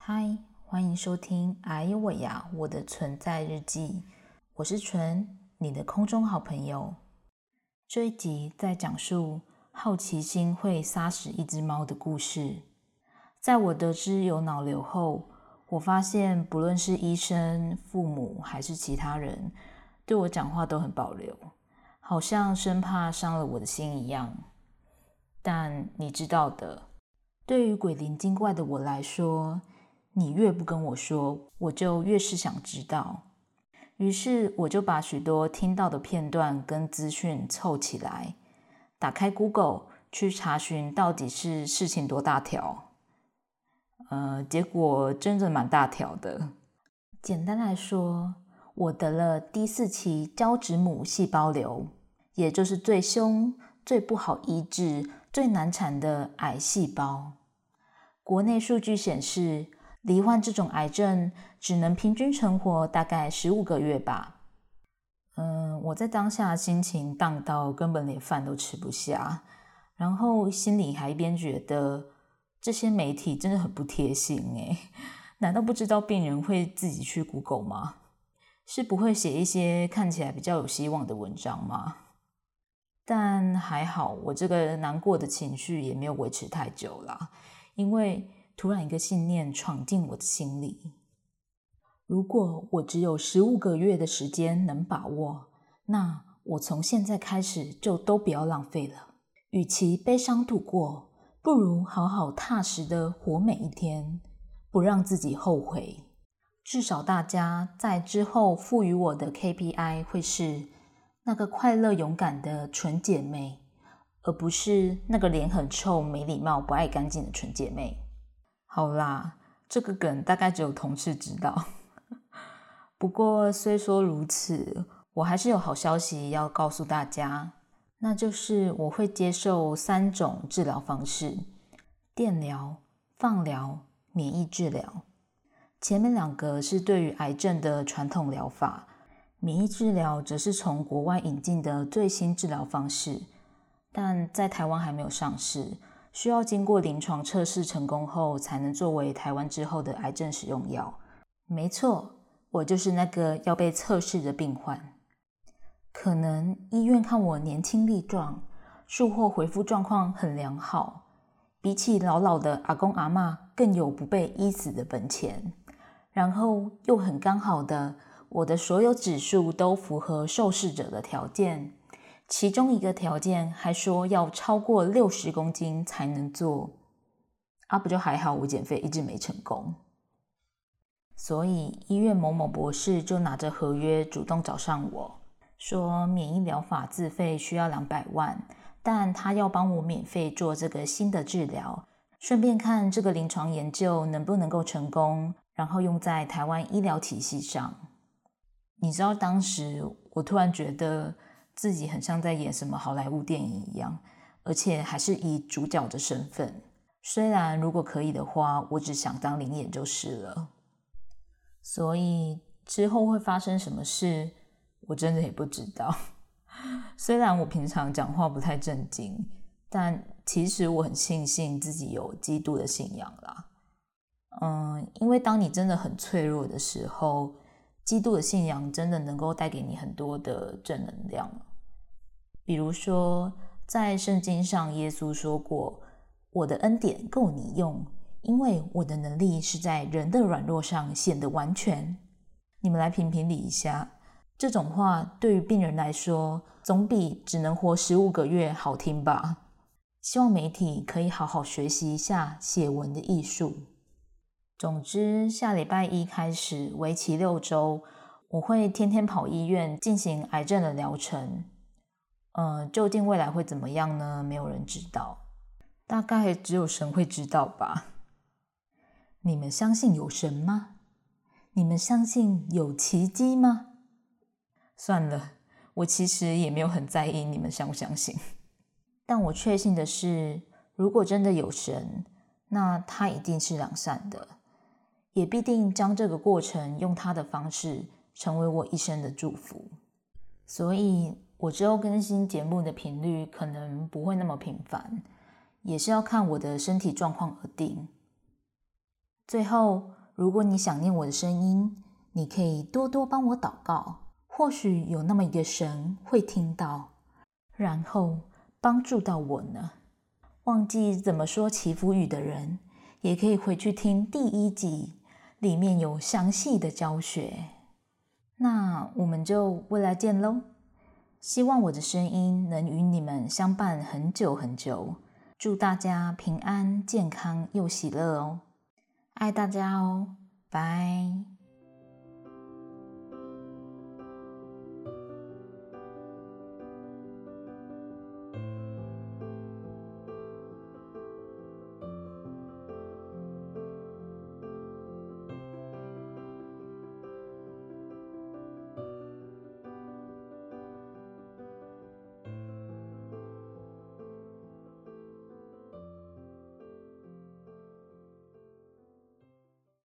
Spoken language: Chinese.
嗨，欢迎收听哎呦喂呀，我的存在日记，我是纯，你的空中好朋友。这一集在讲述好奇心会杀死一只猫的故事。在我得知有脑瘤后，我发现不论是医生、父母还是其他人，对我讲话都很保留，好像生怕伤了我的心一样。但你知道的，对于鬼灵精怪的我来说，你越不跟我说，我就越是想知道。于是我就把许多听到的片段跟资讯凑起来，打开 Google 去查询到底是事情多大条。结果真的蛮大条的。简单来说，我得了第4期胶质母细胞瘤，也就是最凶、最不好医治、最难产的癌细胞。国内数据显示，罹患这种癌症只能平均存活大概15个月吧。我在当下心情荡到根本连饭都吃不下，然后心里还一边觉得这些媒体真的很不贴心耶，难道不知道病人会自己去 Google 吗？是不会写一些看起来比较有希望的文章吗？但还好，我这个难过的情绪也没有维持太久啦，因为突然一个信念闯进我的心里。如果我只有15个月的时间能把握，那我从现在开始就都不要浪费了。与其悲伤度过，不如好好踏实的活每一天，不让自己后悔。至少大家在之后赋予我的 KPI 会是那个快乐勇敢的纯姐妹，而不是那个脸很臭、没礼貌、不爱干净的纯姐妹。好啦，这个梗大概只有同事知道。不过虽说如此，我还是有好消息要告诉大家，那就是我会接受3种治疗方式：电疗、放疗、免疫治疗。前面2个是对于癌症的传统疗法，免疫治疗则是从国外引进的最新治疗方式，但在台湾还没有上市，需要经过临床测试成功后才能作为台湾之后的癌症使用药。没错，我就是那个要被测试的病患。可能医院看我年轻力壮，术后恢复状况很良好，比起老老的阿公阿嬷更有不被医死的本钱。然后又很刚好的，我的所有指数都符合受试者的条件，其中一个条件还说要超过60公斤才能做。不就还好，我减肥一直没成功。所以医院某某博士就拿着合约主动找上我，说免疫疗法自费需要200万，但他要帮我免费做这个新的治疗，顺便看这个临床研究能不能够成功，然后用在台湾医疗体系上。你知道当时我突然觉得自己很像在演什么好莱坞电影一样，而且还是以主角的身份。虽然如果可以的话，我只想当灵演就是了。所以之后会发生什么事，我真的也不知道。虽然我平常讲话不太正经，但其实我很庆幸自己有基督的信仰啦。因为当你真的很脆弱的时候，基督的信仰真的能够带给你很多的正能量。比如说，在圣经上，耶稣说过：“我的恩典够你用，因为我的能力是在人的软弱上显得完全。”你们来评评理一下，这种话对于病人来说，总比只能活15个月好听吧？希望媒体可以好好学习一下写文的艺术。总之，下礼拜1开始，为期6周，我会天天跑医院进行癌症的疗程。究竟未来会怎么样呢？没有人知道，大概只有神会知道吧。你们相信有神吗？你们相信有奇迹吗？算了，我其实也没有很在意你们相不相信。但我确信的是，如果真的有神，那他一定是良善的，也必定将这个过程用他的方式成为我一生的祝福。所以我之后更新节目的频率可能不会那么频繁，也是要看我的身体状况而定。 最后，如果你想念我的声音，你可以多多帮我祷告，或许有那么一个神会听到，然后帮助到我呢。忘记怎么说祈福语的人，也可以回去听第1集，里面有详细的教学。那我们就未来见咯。希望我的声音能与你们相伴很久很久。祝大家平安、健康又喜乐哦！爱大家哦，拜。